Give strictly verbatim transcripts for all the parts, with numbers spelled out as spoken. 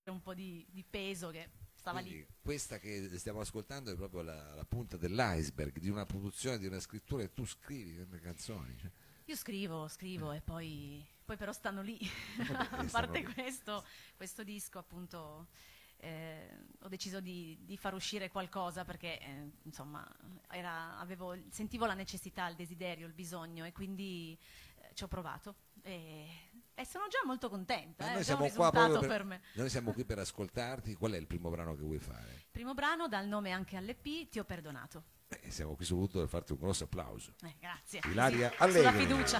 un po' di, di peso che stava Quindi lì. questa che stiamo ascoltando è proprio la, la punta dell'iceberg di una produzione, di una scrittura che tu scrivi nelle canzoni. Cioè, Io scrivo, scrivo e poi, poi però stanno lì. eh, vabbè, A eh, stanno parte lì. questo, questo disco appunto eh, ho deciso di, di far uscire qualcosa perché eh, insomma era- avevo- sentivo la necessità, il desiderio, il bisogno e quindi eh, ci ho provato e, e sono già molto Ma contenta, eh, noi è già un siamo qua proprio risultato per, per me. noi siamo qui per ascoltarti. Qual è il primo brano che vuoi fare? Primo brano dal nome anche all'E P, Ti ho perdonato. Beh, siamo qui soprattutto per farti un grosso applauso. Eh, grazie, così, Ilaria sulla Allegri. fiducia.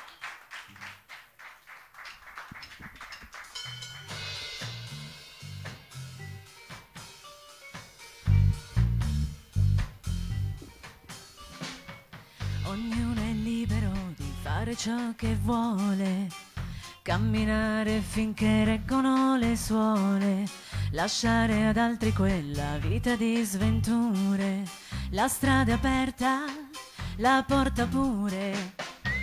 Ognuno è libero di fare ciò che vuole, camminare finché reggono le suole, lasciare ad altri quella vita di sventure, la strada è aperta, la porta pure.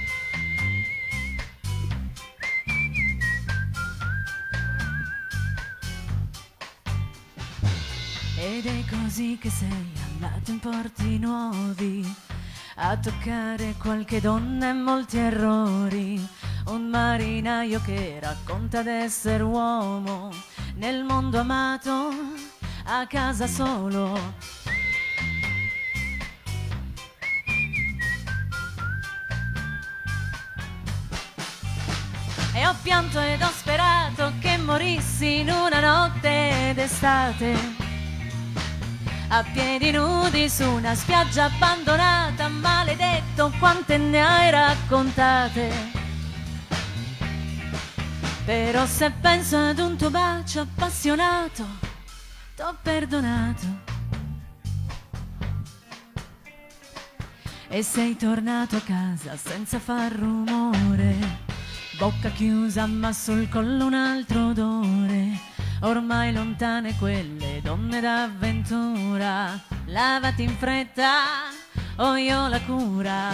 Ed è così che sei andato in porti nuovi, a toccare qualche donna e molti errori. Un marinaio che racconta d'essere uomo, nel mondo amato, a casa solo. E ho pianto ed ho sperato che morissi in una notte d'estate, a piedi nudi su una spiaggia abbandonata, maledetto quante ne hai raccontate. Però se penso ad un tuo bacio appassionato, t'ho perdonato. E sei tornato a casa senza far rumore, bocca chiusa ma sul collo un altro odore. Ormai lontane quelle donne d'avventura, lavati in fretta o io la cura.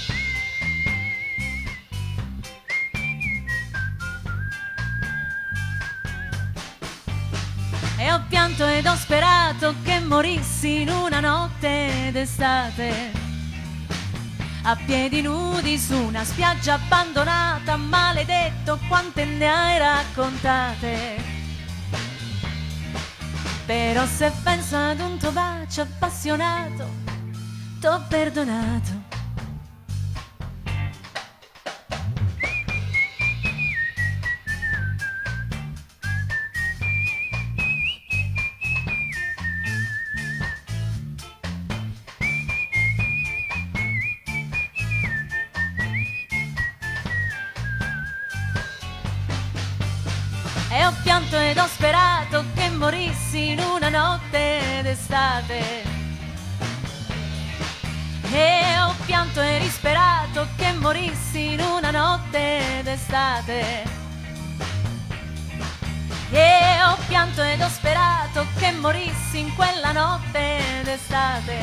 E ho pianto ed ho sperato che morissi in una notte d'estate, a piedi nudi su una spiaggia abbandonata, maledetto quante ne hai raccontate. Però se penso ad un tuo bacio appassionato, t'ho perdonato. E ho pianto ed ho sperato che morissi in una notte d'estate. E ho pianto e risperato che morissi in una notte d'estate. E ho pianto ed ho sperato che morissi in quella notte d'estate.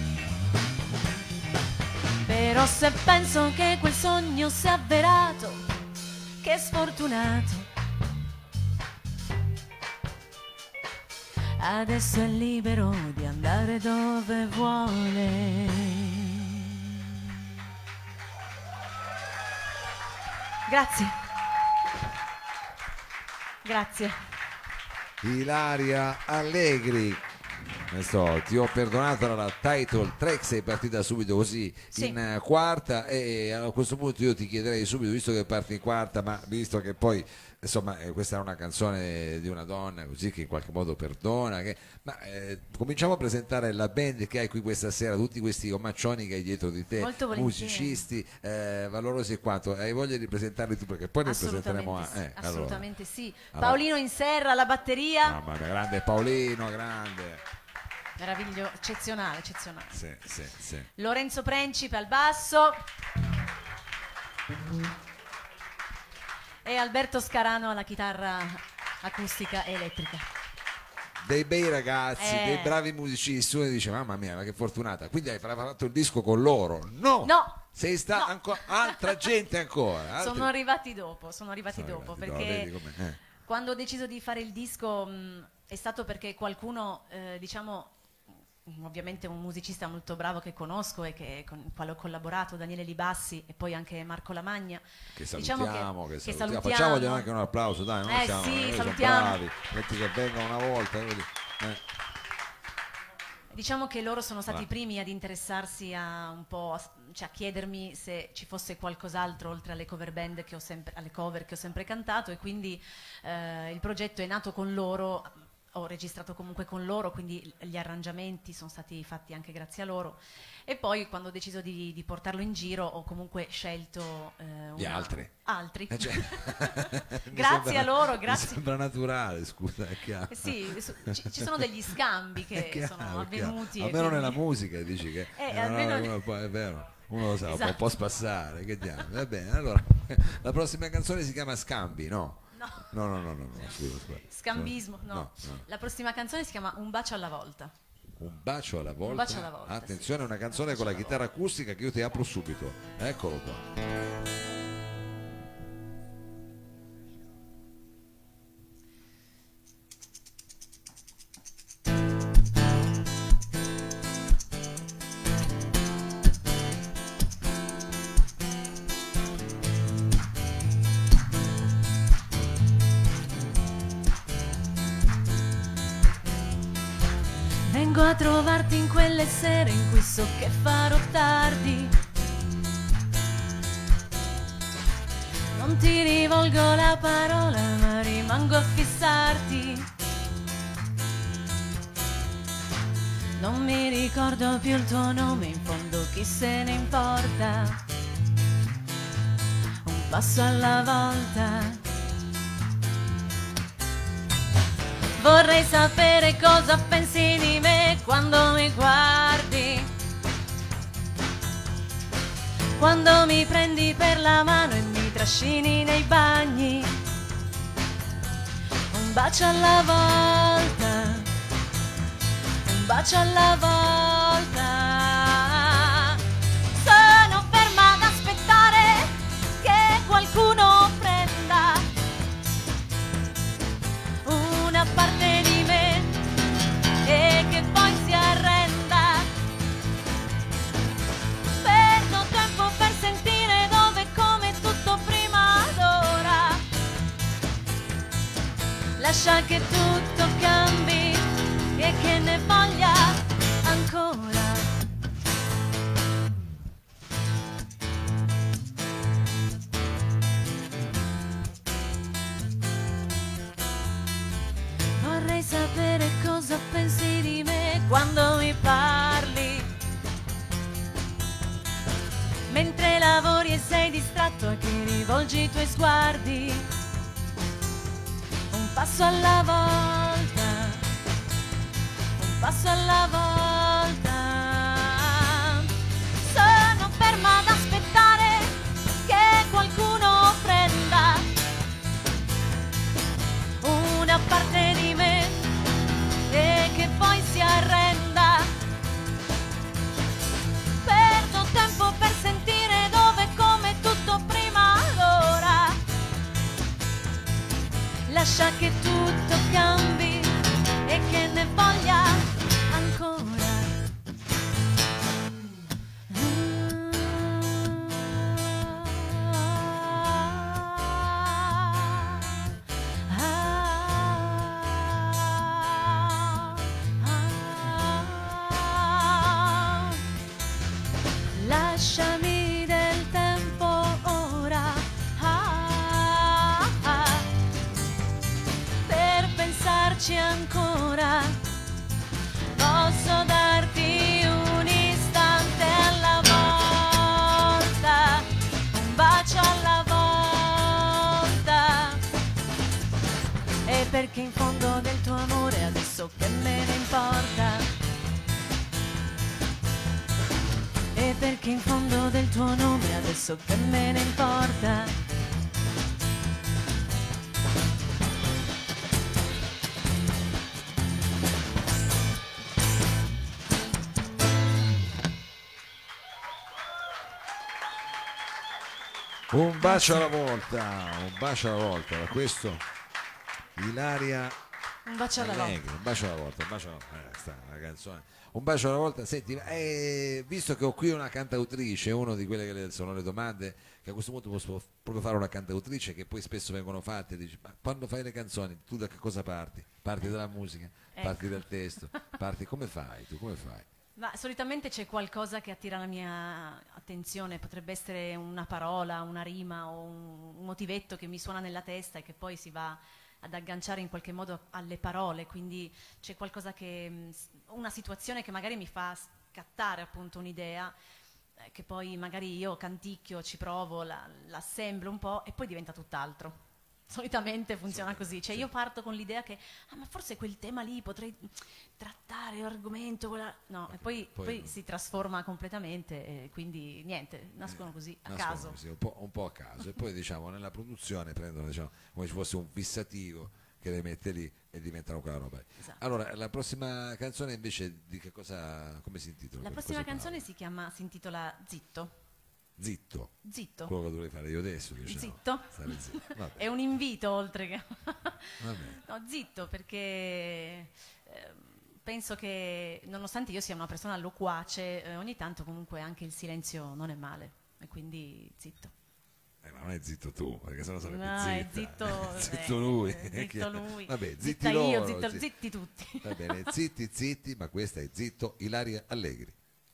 Però se penso che quel sogno sia avverato, che sfortunato. Adesso è libero di andare dove vuole. Grazie. Grazie. Ilaria Allegri. Adesso ti ho perdonato, era la title track, sei partita subito così Sì. in eh, quarta e a questo punto io ti chiederei subito, visto che parti in quarta, ma visto che poi insomma eh, questa è una canzone di una donna così che in qualche modo perdona, che, ma eh, cominciamo a presentare la band che hai qui questa sera, tutti questi omaccioni che hai dietro di te, Molto volentieri. musicisti eh, valorosi e quanto, hai voglia di presentarli tu perché poi ne presenteremo a, Assolutamente, eh, sì, assolutamente sì. allora. Paolino in serra alla batteria. Mamma mia, grande Paolino, grande. Meraviglioso, eccezionale, eccezionale. Sì, sì, sì. Lorenzo Principe al basso. E Alberto Scarano alla chitarra acustica e elettrica. Dei bei ragazzi, Eh. dei bravi musicisti. Uno dice mamma mia, ma che fortunata, quindi hai fatto il disco con loro? No, No, sei sta no. ancora altra gente ancora, altri- sono arrivati dopo, sono arrivati Sono dopo arrivati dopo, perché vedi com'è, eh. quando ho deciso di fare il disco mh, è stato perché qualcuno, eh, diciamo, ovviamente un musicista molto bravo che conosco e che, con il quale ho collaborato, Daniele Libassi, e poi anche Marco Lamagna. Che salutiamo, diciamo che, che, che che salutiamo. salutiamo. Facciamogli anche un applauso, dai, non eh siamo, sì, noi sono salutiamo. bravi, metti che venga una volta. Eh. Diciamo che loro sono stati Va. i primi ad interessarsi a un po', a, cioè a chiedermi se ci fosse qualcos'altro oltre alle cover band che ho sempre, alle cover che ho sempre cantato, e quindi eh, il progetto è nato con loro. Ho registrato comunque con loro, quindi gli arrangiamenti sono stati fatti anche grazie a loro, e poi quando ho deciso di, di portarlo in giro ho comunque scelto eh, Gli una, altri, altri. Eh, cioè, grazie sembra, a loro, mi grazie. sembra naturale, scusa, è chiaro. Eh sì, su- ci, ci sono degli scambi che È chiaro, sono è chiaro. avvenuti, e Almeno quindi- nella musica dici che Eh, eh, no, almeno- uno può- è vero, uno lo sa, Esatto. può, può spassare, che diavolo. Va bene, allora la prossima canzone si chiama Scambi, no? No. No, no, no, no, no, scusa, scusa. Scambismo, no. No, no. La prossima canzone si chiama Un bacio alla volta. Un bacio alla volta. Un bacio alla volta, Attenzione, sì. una canzone Un con la bacio alla chitarra acustica che io ti apro subito. Eccolo qua. Vengo a trovarti in quelle sere in cui so che farò tardi. Non ti rivolgo la parola, ma rimango a fissarti. Non mi ricordo più il tuo nome, in fondo chi se ne importa. Un passo alla volta. Vorrei sapere cosa pensi di me quando mi guardi, quando mi prendi per la mano e mi trascini nei bagni. Un bacio alla volta, un bacio alla volta. Sono ferma ad aspettare che qualcuno prenda una parte di me e che poi si arrenda. Perdo tempo per sentire dove e come tutto prima d'ora. Lascia che tutto cambi e che ne voglia ancora. Vorrei sapere cosa pensi di me quando mi parli, mentre lavori e sei distratto e che rivolgi i tuoi sguardi. Un passo alla volta, un passo alla volta. Sono ferma ad aspettare che qualcuno prenda una parte di me e che poi si arrenda. Perdo tempo per sentire dove e come tutto prima d'ora. Lascia che tutto cambi e che ne voglia ancora. Lasciami del tempo ora, ah, ah, per pensarci ancora. Posso darti un istante alla volta, un bacio alla volta. E perché in fondo del tuo amore adesso che me ne importa. E perché in fondo del tuo nome adesso che me ne importa. Un bacio alla volta, un bacio alla volta, da questo Ilaria Un bacio alla volta. Allegri, un bacio alla volta, un bacio alla volta, eh, sta una canzone. Un bacio alla volta. Senti, eh, visto che ho qui una cantautrice, una di quelle che le- sono le domande che a questo punto posso proprio fare, una cantautrice che poi spesso vengono fatte, dici, ma quando fai le canzoni tu da che cosa parti? Parti dalla musica, parti Ecco. dal testo, parti come fai tu, come fai? Ma solitamente c'è qualcosa che attira la mia attenzione, potrebbe essere una parola, una rima o un, un motivetto che mi suona nella testa e che poi si va ad agganciare in qualche modo alle parole, quindi c'è qualcosa che, mh, s- una situazione che magari mi fa scattare appunto un'idea, eh, che poi magari io canticchio, ci provo, la, l'assemblo un po' e poi diventa tutt'altro. Solitamente funziona così, cioè io parto con l'idea che ah, ma forse quel tema lì potrei trattare l'argomento, quella... no, e poi, Poi poi no. si trasforma completamente e quindi niente, nascono così a Nascono caso. così, un, po', un po' a caso, e poi diciamo nella produzione prendono, diciamo, come se fosse un fissativo che le mette lì e diventano quella roba lì. Esatto. Allora, la prossima canzone invece di che cosa, come si intitola? La Per prossima cosa canzone parla? si chiama, si intitola Zitto. Zitto, Zitto. quello che dovrei fare io adesso, diciamo. Zitto. Stare zitto. Vabbè, È un invito oltre che... vabbè. No, zitto perché eh, penso che nonostante io sia una persona loquace, eh, ogni tanto comunque anche il silenzio non è male e quindi zitto. Eh, ma non è zitto tu, perché sennò sarebbe No, è zitta. zitto, zitto eh, lui. eh, Che- zitto lui. Vabbè, zitti Zitta io, loro, zitto- zi- zitti tutti. Va bene, zitti, zitti, ma questa è Zitto, Ilaria Allegri.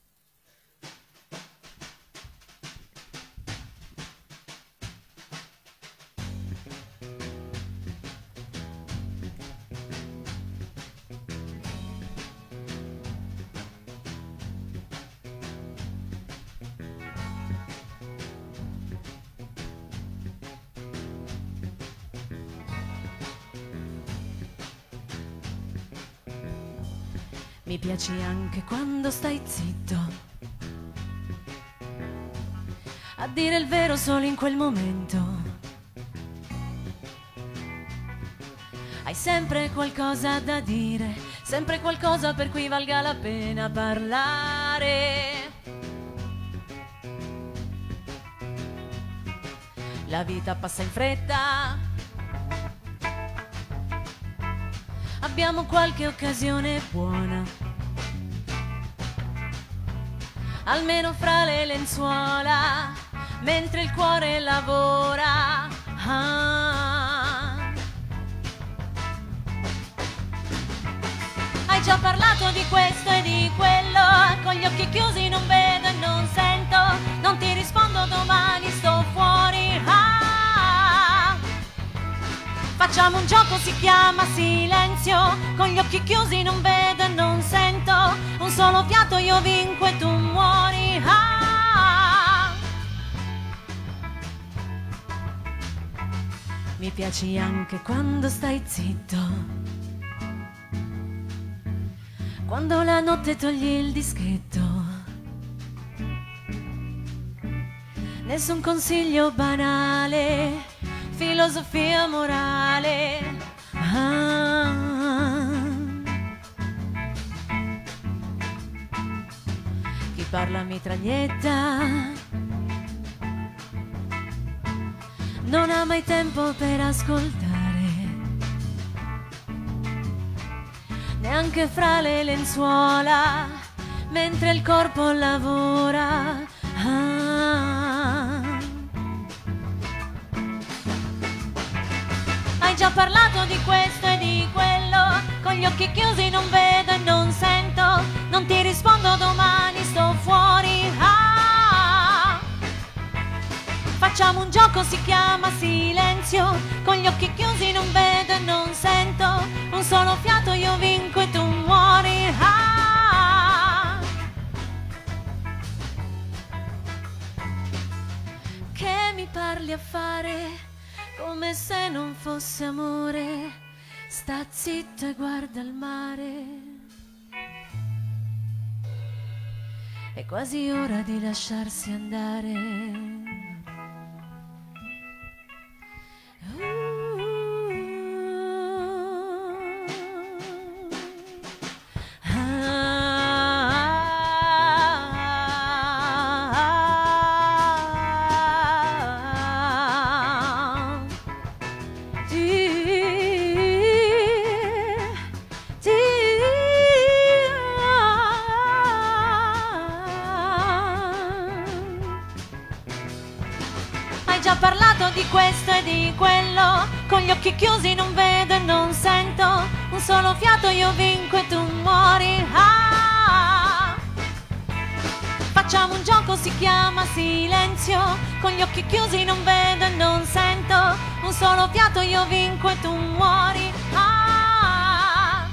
Mi piaci anche quando stai zitto, a dire il vero solo in quel momento. Hai sempre qualcosa da dire, sempre qualcosa per cui valga la pena parlare. La vita passa in fretta, abbiamo qualche occasione buona, almeno fra le lenzuola, mentre il cuore lavora. Ah. Hai già parlato di questo e di quello, con gli occhi chiusi non vedo e non sento, non ti rispondo domani, sto fuori. Ah. Facciamo un gioco, si chiama silenzio, con gli occhi chiusi non vedo e non sento, un solo fiato io vinco e tu muori. Ah. Mi piaci anche quando stai zitto, quando la notte togli il dischetto, nessun consiglio banale, filosofia morale. Ah. Chi parla mitraglietta non ha mai tempo per ascoltare, neanche fra le lenzuola, mentre il corpo lavora. Ah. Hai già parlato di questo e di quello, con gli occhi chiusi non vedo e non sento, non ti rispondo domani, sto fuori. Ah. Facciamo un gioco, si chiama silenzio, con gli occhi chiusi non vedo e non sento, un solo fiato io vinco e tu muori. Ah. Che mi parli a fare come se non fosse amore, sta zitto e guarda il mare, è quasi ora di lasciarsi andare. ha parlato di questo e di quello, con gli occhi chiusi non vedo e non sento, un solo fiato io vinco e tu muori. Ah! Facciamo un gioco, si chiama silenzio, con gli occhi chiusi non vedo e non sento, un solo fiato io vinco e tu muori. Ah!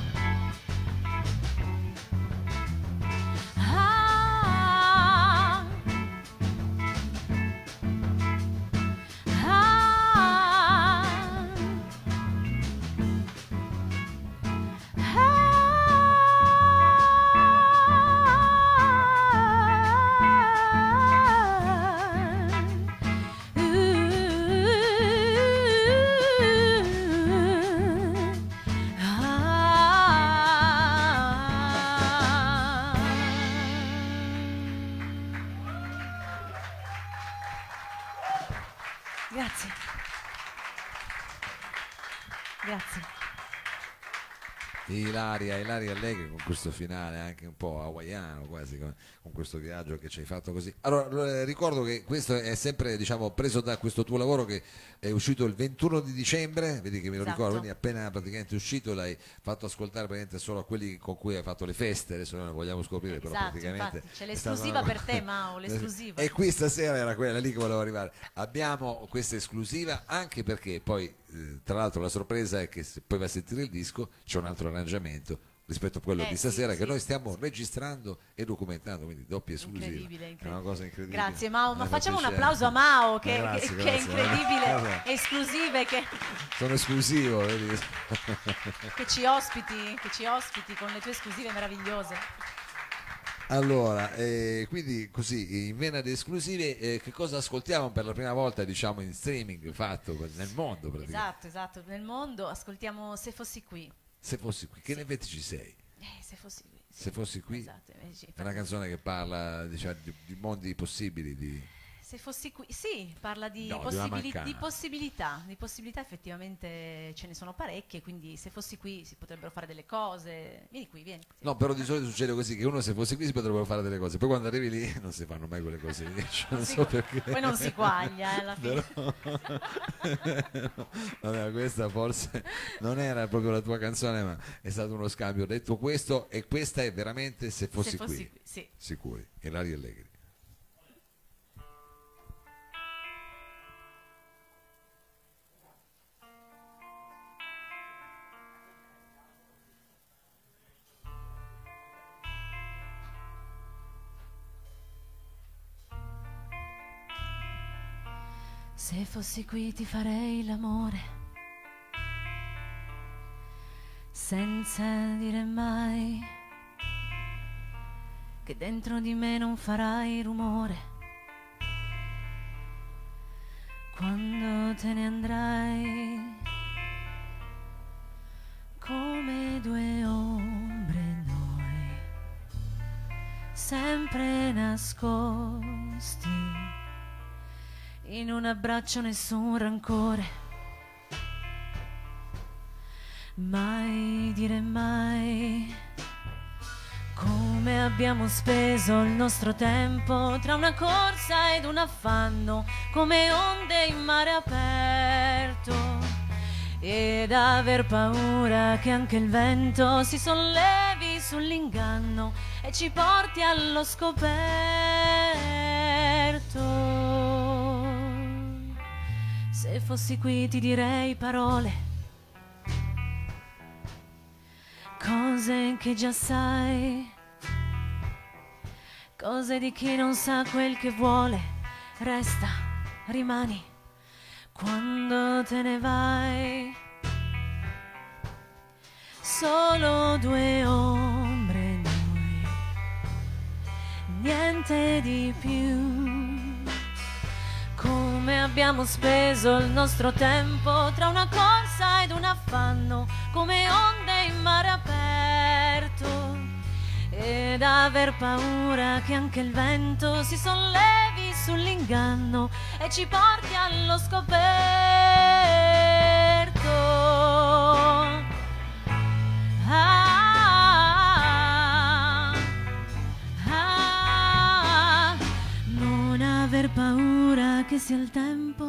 Ah! Grazie. Grazie. Ilaria, Ilaria Allegri con questo finale anche un po' hawaiano quasi, con, con questo viaggio che ci hai fatto così. Allora eh, ricordo che questo è sempre, diciamo, preso da questo tuo lavoro che è uscito il ventuno di dicembre, vedi che me lo Esatto. ricordo, quindi appena praticamente uscito l'hai fatto ascoltare praticamente solo a quelli con cui hai fatto le feste, adesso noi non vogliamo scoprire, però Esatto, praticamente infatti, c'è è stata l'esclusiva una- per te, Mao, l'esclusiva. E qui stasera era quella lì che volevo arrivare. Abbiamo questa esclusiva anche perché poi eh, tra l'altro la sorpresa è che se poi vai a sentire il disco c'è un altro arrangiamento rispetto a quello Eh, di sì, stasera che sì, noi stiamo sì. registrando e documentando, quindi doppia esclusiva. Incredibile, È incredibile. una cosa incredibile. Grazie Mao, ma Mi fa facciamo un piacere. applauso a Mao che, Ma grazie, che- che grazie. è incredibile, Guarda, esclusive che, sono esclusivo, vedi? che ci ospiti, che ci ospiti con le tue esclusive meravigliose. Allora, eh, quindi così in vena di esclusive, eh, che cosa ascoltiamo per la prima volta, diciamo, in streaming fatto nel mondo praticamente? Esatto, esatto, nel mondo ascoltiamo Se fossi qui. Se fossi qui, che ne invece ci sei? Eh, se fossi qui. sì. Se fossi qui, Esatto, eh, sì, è una canzone che parla, diciamo, di, di mondi possibili, di... Se fossi qui, sì, parla di, No, di una possibili- mancanza. di possibilità, di possibilità effettivamente ce ne sono parecchie, quindi se fossi qui si potrebbero fare delle cose. Vieni qui, vieni. Sì. No, però di solito succede così, che uno se fosse qui si potrebbero fare delle cose, poi quando arrivi lì non si fanno mai quelle cose lì, cioè, non Si- so perché. Poi non si quaglia, eh, alla fine. Però- Vabbè, questa forse non era proprio la tua canzone, ma è stato uno scambio. Ho detto questo e questa è veramente Se fossi, Se fossi qui. qui, sì. Sicuri, Ilaria Allegri. Se fossi qui ti farei l'amore, senza dire mai che dentro di me non farai rumore. Quando te ne andrai, come due ombre noi, sempre nascosti in un abbraccio, nessun rancore, mai dire mai come abbiamo speso il nostro tempo tra una corsa ed un affanno, come onde in mare aperto, ed aver paura che anche il vento si sollevi sull'inganno e ci porti allo scoperto. Se fossi qui ti direi parole, cose che già sai, cose di chi non sa quel che vuole. Resta, rimani, quando te ne vai, solo due ombre noi, niente di più. Come abbiamo speso il nostro tempo tra una corsa ed un affanno, come onde in mare aperto, ed aver paura che anche il vento si sollevi sull'inganno e ci porti allo scoperto. Ah, ah, non aver paura che sia il tempo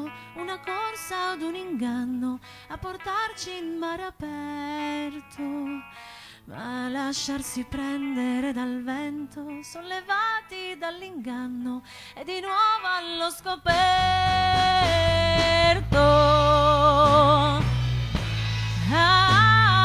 buttarci in mare aperto, ma lasciarsi prendere dal vento, sollevati dall'inganno e di nuovo allo scoperto. Ah,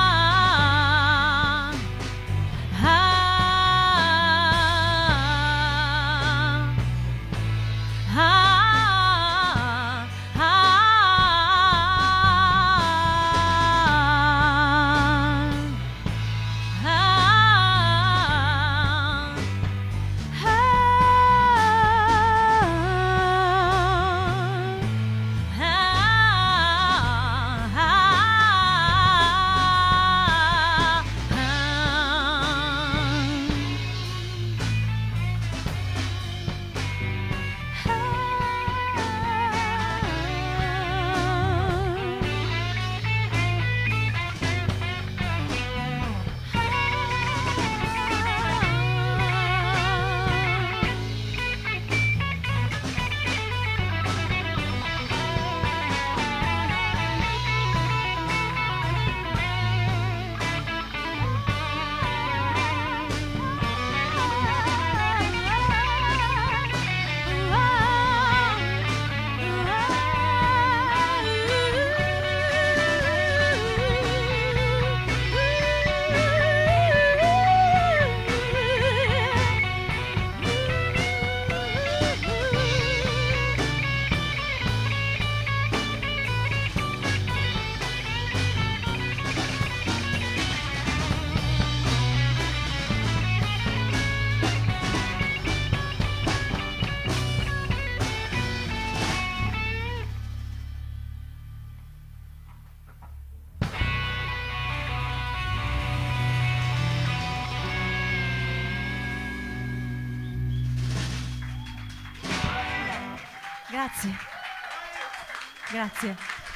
grazie, grazie.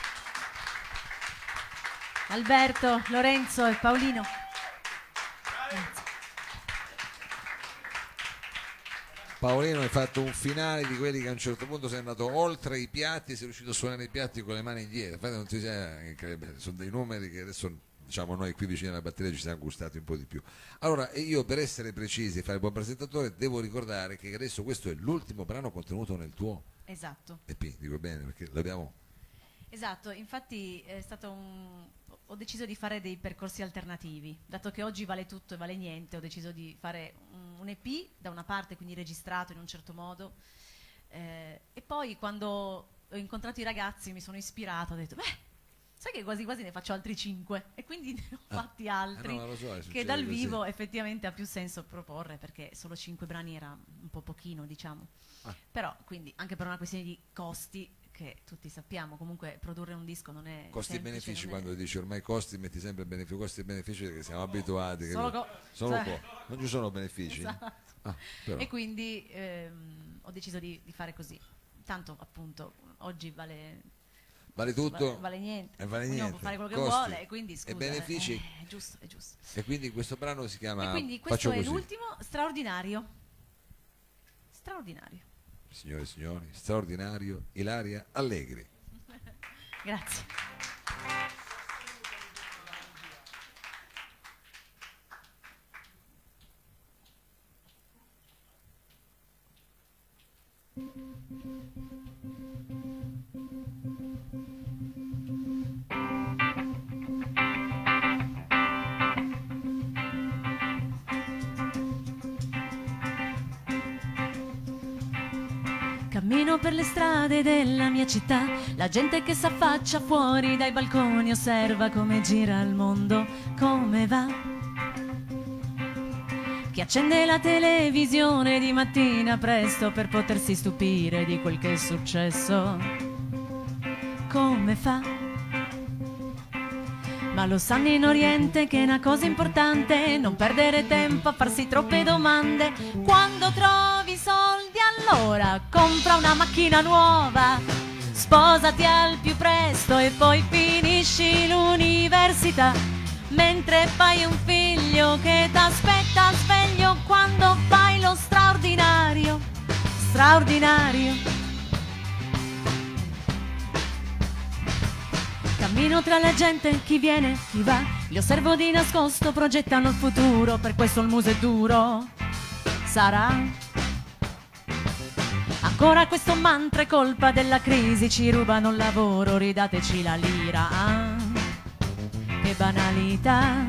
Alberto, Lorenzo e Paolino. Grazie. Paolino, hai fatto un finale di quelli che a un certo punto sei andato oltre i piatti, sei riuscito a suonare i piatti con le mani indietro. Infatti non ti sei, sono dei numeri che adesso, diciamo, noi qui vicino alla batteria ci siamo gustati un po' di più. Allora, io per essere precisi e fare il buon presentatore devo ricordare che adesso questo è l'ultimo brano contenuto nel tuo Esatto. E P, dico bene perché l'abbiamo. Esatto, infatti è stato un... ho deciso di fare dei percorsi alternativi, dato che oggi vale tutto e vale niente, ho deciso di fare un, un E P da una parte, quindi registrato in un certo modo, eh, e poi quando ho incontrato i ragazzi mi sono ispirato, ho detto, beh, sai che quasi quasi ne faccio altri cinque, e quindi ne ho ah, fatti altri, eh no, lo so, che dal così. vivo effettivamente ha più senso proporre, perché solo cinque brani era un po' pochino, diciamo. Ah. Però, quindi, anche per una questione di costi, che tutti sappiamo, comunque produrre un disco non è costi semplice, e benefici, è... quando dici ormai costi metti sempre benefici, costi e benefici perché siamo abituati solo, che co- solo cioè... co- non ci sono benefici. Esatto. Ah, e quindi ehm, ho deciso di, di fare così, tanto appunto oggi vale vale tutto, vale, vale niente, e vale ognuno niente. può fare quello che Costi vuole, e quindi scusa, e benefici, eh, è giusto, è giusto. E quindi questo brano si chiama, e quindi questo faccio è così. l'ultimo, straordinario, straordinario. Signore e signori, straordinario, Ilaria Allegri. Grazie. Cammino per le strade della mia città, la gente che s'affaccia fuori dai balconi osserva come gira il mondo, come va. Chi accende la televisione di mattina presto per potersi stupire di quel che è successo, come fa. Ma lo sanno in Oriente che è una cosa importante non perdere tempo a farsi troppe domande. Quando trovi soldi allora compra una macchina nuova, sposati al più presto e poi finisci l'università, mentre fai un figlio che t'aspetta sveglio quando fai lo straordinario, straordinario. Cammino tra la gente, chi viene, chi va, li osservo di nascosto, progettano il futuro, per questo il muso è duro. Sarà ancora questo mantra, è colpa della crisi, ci rubano il lavoro, ridateci la lira. Ah, che banalità.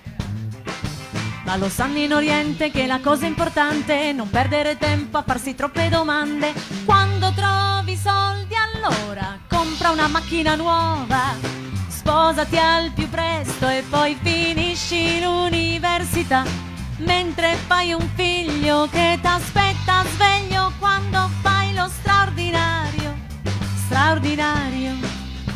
Ma lo sanno in Oriente che la cosa importante è non perdere tempo a farsi troppe domande. Quando trovi soldi allora compra una macchina nuova, sposati al più presto e poi finisci l'università, mentre fai un figlio che t'aspetta sveglio quando fai lo straordinario, straordinario.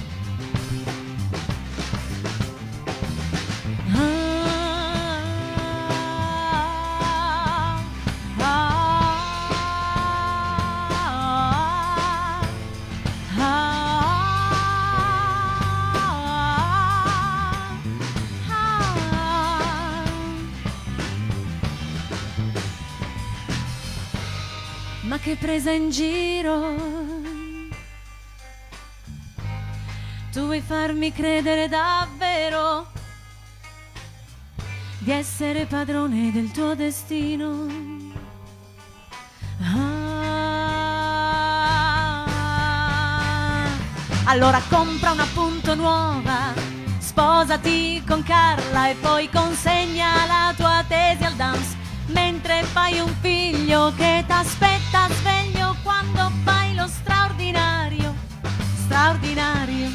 Ma che presa in giro, tu vuoi farmi credere davvero di essere padrone del tuo destino? Ah, allora compra una punto nuova, sposati con Carla e poi consegna la tua tesi al D A M S, mentre fai un figlio che t'aspetta sveglio quando fai lo straordinario, straordinario.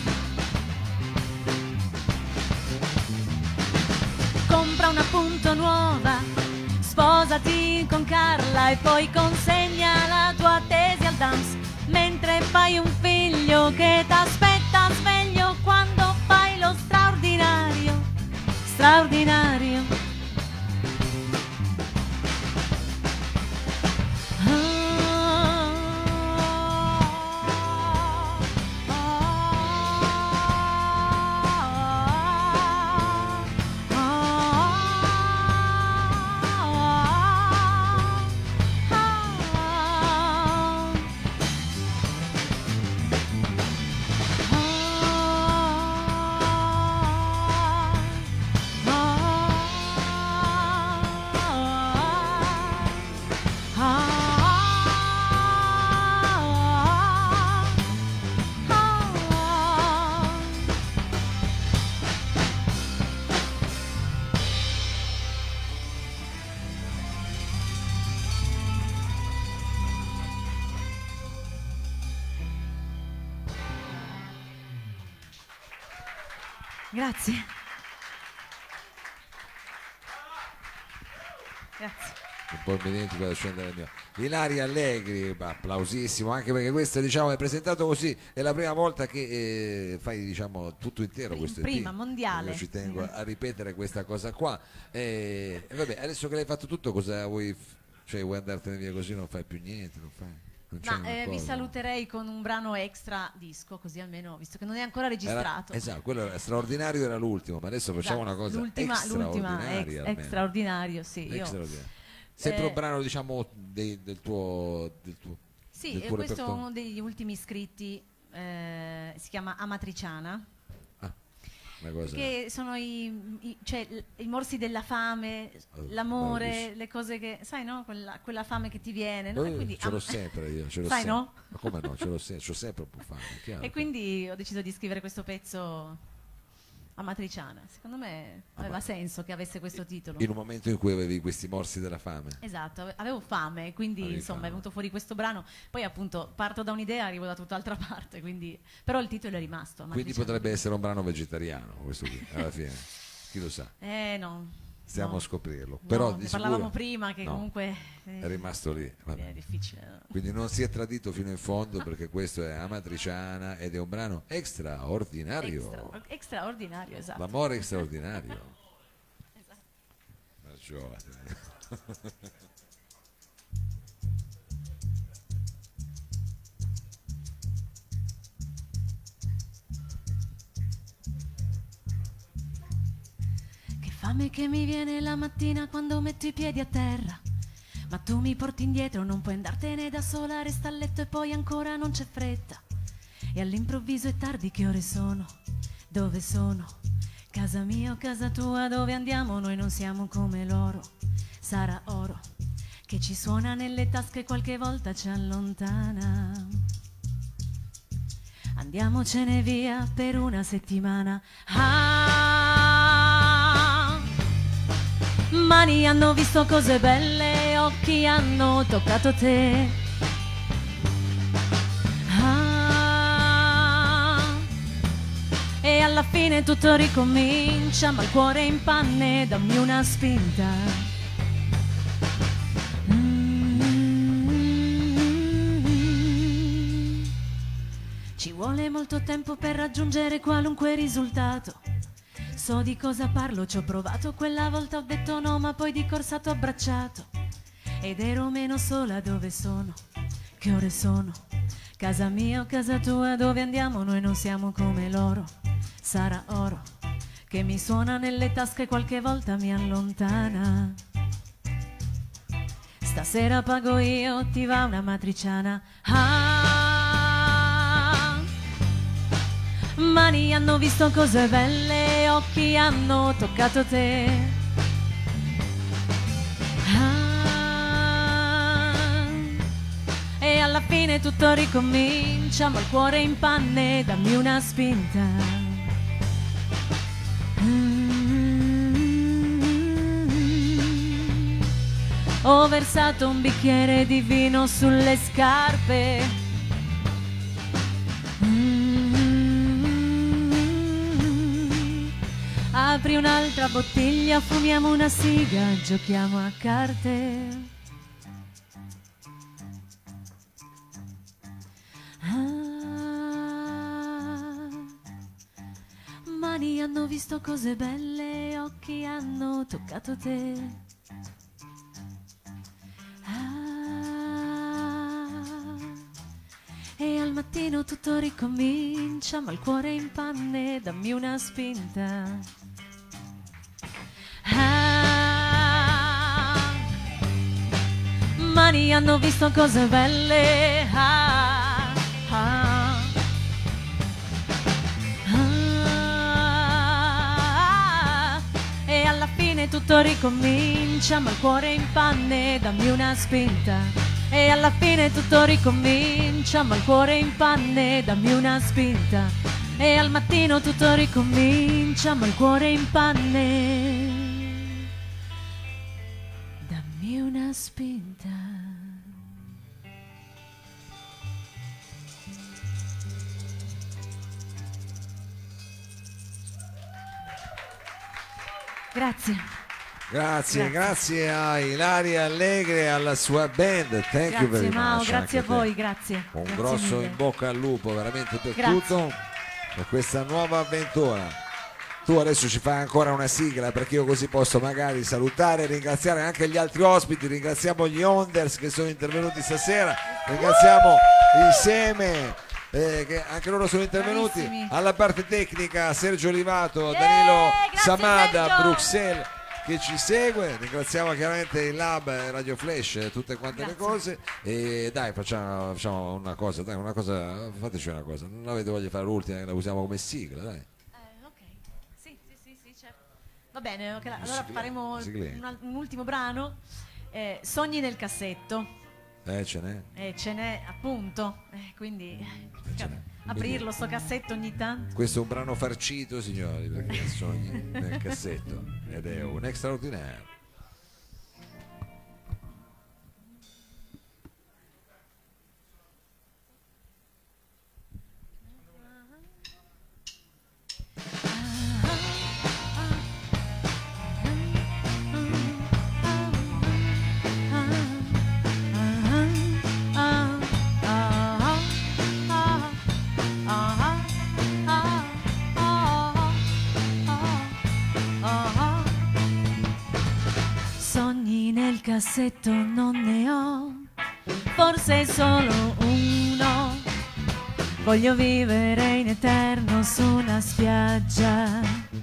Compra una punto nuova, sposati con Carla e poi consegna la tua tesi al D A M S, mentre fai un figlio che t'aspetta sveglio quando fai lo straordinario, straordinario. Grazie. Grazie. Un po' mi dimentico da scendere il mio. Ilaria Allegri, applausissimo, anche perché questo, diciamo, è presentato così, è la prima volta che eh, fai, diciamo, tutto intero questo prima team. mondiale. Io ci tengo a ripetere questa cosa qua. E, e vabbè, adesso che l'hai fatto tutto, cosa vuoi? Cioè, vuoi andartene via così, non fai più niente, non fai. Ma eh, vi saluterei con un brano extra disco, così almeno, visto che non è ancora registrato. Era, esatto, quello era straordinario, era l'ultimo, ma adesso facciamo esatto, una cosa l'ultima, extraordinaria. Ex, extraordinario, sì. Io, extraordinario. Sempre eh, un brano, diciamo, dei, del tuo, del tuo sì, del tuo questo repertorio. è uno degli ultimi iscritti, eh, si chiama Amatriciana. Una cosa... Che sono i, i, cioè, i morsi della fame, oh, l'amore, bellissimo. le cose che, sai, no? Quella, quella fame che ti viene. No? Oh, E quindi, ce l'ho am- sempre io, ce l'ho sai, sempre. no? Ma come no? Ce l'ho sempre, c'ho sempre un po' fame. Chiaro, E quindi ho deciso di scrivere questo pezzo Amatriciana. Secondo me aveva ma- senso che avesse questo titolo. in un momento in cui avevi questi morsi della fame. Esatto, ave- avevo fame, quindi Avevi insomma fame. è venuto fuori questo brano. Poi appunto parto da un'idea, arrivo da tutt'altra parte, quindi... però il titolo è rimasto. Quindi Amatriciana. potrebbe essere un brano vegetariano questo qui, alla fine. Chi lo sa? Eh no. Stiamo no. a scoprirlo. No, Però ne di parlavamo sicuro prima che no, comunque eh, è rimasto lì. Vabbè. è difficile. no? Quindi non si è tradito fino in fondo, perché questo è Amatriciana ed è un brano extraordinario. Extra, extraordinario, esatto. L'amore è straordinario. Esatto. Ma giovane. Che fame che mi viene la mattina quando metto i piedi a terra. Ma tu mi porti indietro, non puoi andartene da sola, resta a letto e poi ancora non c'è fretta. E all'improvviso è tardi, che ore sono? dove sono? Casa mia o casa tua, dove andiamo? Noi non siamo come loro. Sarà oro che ci suona nelle tasche, qualche volta ci allontana. Andiamocene via per una settimana. Ah, mani hanno visto cose belle, occhi hanno toccato te. Ah, e alla fine tutto ricomincia, ma il cuore in panne, dammi una spinta. Ci vuole molto tempo per raggiungere qualunque risultato. So di cosa parlo, ci ho provato, quella volta ho detto no, ma poi di corsa t'ho abbracciato. Ed ero meno sola, dove sono? Che ore sono? Casa mia o casa tua, dove andiamo? Noi non siamo come loro. Sarà oro che mi suona nelle tasche, qualche volta mi allontana. Stasera pago io, ti va una matriciana. Ah, mani hanno visto cose belle, occhi hanno toccato te. Ah, e alla fine tutto ricomincia, ma il cuore in panne, dammi una spinta. Mm-hmm. Ho versato un bicchiere di vino sulle scarpe. Apri un'altra bottiglia, fumiamo una siga, giochiamo a carte. Ah, mani hanno visto cose belle, occhi hanno toccato te. Ah, e al mattino tutto ricomincia, ma il cuore in panne, dammi una spinta. Ah, mani hanno visto cose belle. Ah, ah, ah, e alla fine tutto ricomincia, ma il cuore in panne, dammi una spinta. E alla fine tutto ricomincia, ma il cuore in panne, dammi una spinta. E al mattino tutto ricomincia, ma il cuore in panne, dammi una spinta. Grazie. Grazie, grazie, grazie a Ilaria Allegre e alla sua band. Thank grazie you very Mao, much. grazie a Anche voi, te. grazie. Un grazie grosso mille. in bocca al lupo veramente per Grazie. tutto, per questa nuova avventura. Tu adesso ci fai ancora una sigla, perché io così posso magari salutare e ringraziare anche gli altri ospiti. Ringraziamo gli Onders che sono intervenuti stasera, ringraziamo insieme eh, che anche loro sono intervenuti. Bravissimi. Alla parte tecnica Sergio Olivato, Yeah, Danilo grazie, Samada, Sergio. Bruxelles che ci segue. Ringraziamo chiaramente il Lab, Radio Flash, tutte quante Grazie. le cose. E dai, facciamo, facciamo una cosa, dai, una cosa, fateci una cosa. Non avete voglia di fare l'ultima, che la usiamo come sigla, dai. Eh, ok, sì, sì, sì, sì, certo. Va bene, ok, allora Sigla- faremo sigla. un, al- un ultimo brano. Eh, Sogni nel cassetto. Eh, ce n'è. Eh, ce n'è appunto, eh, quindi ce n'è. aprirlo sto cassetto ogni tanto. Questo è un brano farcito, signori, perché sogni nel cassetto ed è un extraordinario. Sogni nel cassetto non ne ho, forse solo uno. Voglio vivere in eterno su una spiaggia,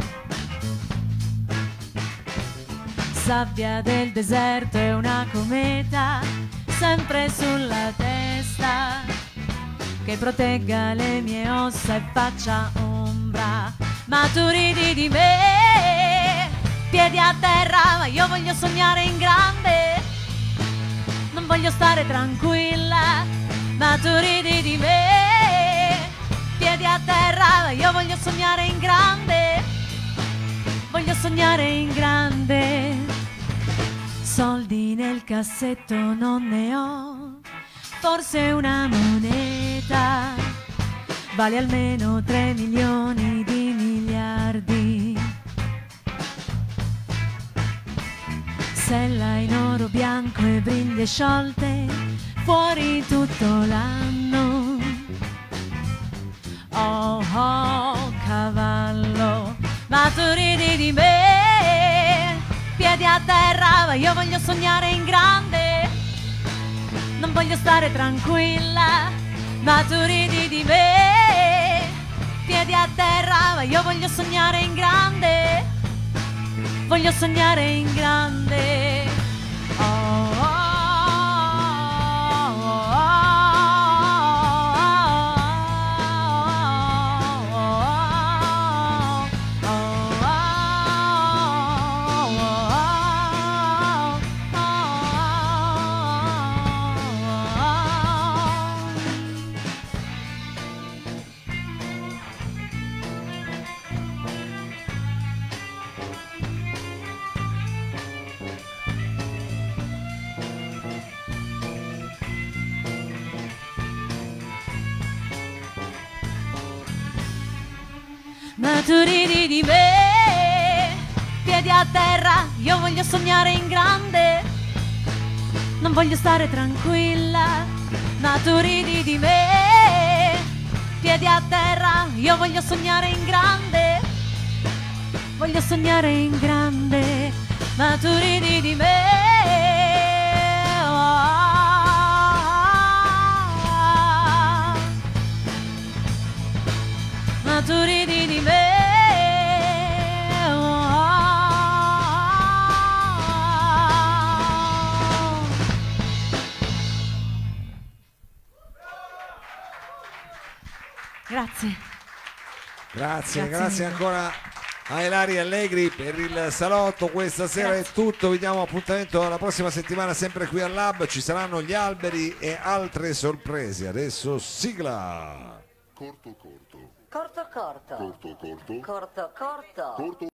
sabbia del deserto e una cometa sempre sulla testa, che protegga le mie ossa e faccia ombra ma tu ridi di me. Piedi a terra, ma io voglio sognare in grande. Non voglio stare tranquilla, ma tu ridi di me. Piedi a terra, ma io voglio sognare in grande. Voglio sognare in grande. Soldi nel cassetto non ne ho, forse una moneta vale almeno tre milioni di miliardi. Sella in oro bianco e briglie sciolte fuori tutto l'anno. Oh oh cavallo, ma tu ridi di me. Piedi a terra, ma io voglio sognare in grande. Non voglio stare tranquilla, ma tu ridi di me. Piedi a terra, ma io voglio sognare in grande. Voglio sognare in grande. Oh, oh, oh, oh, ma tu ridi di me. Piedi a terra, io voglio sognare in grande. Non voglio stare tranquilla, ma tu ridi di me. Piedi a terra, io voglio sognare in grande. Voglio sognare in grande, ma tu ridi di me. Oh. Ma tu ridi di me. Oh. Grazie. Grazie, grazie, Grazie ancora a Ilaria Allegri per il salotto. Questa sera Grazie. è tutto, vi diamo appuntamento la prossima settimana sempre qui al Lab, ci saranno gli alberi e altre sorprese. Adesso sigla. Corto corto. Corto corto. Corto corto. Corto corto. Corto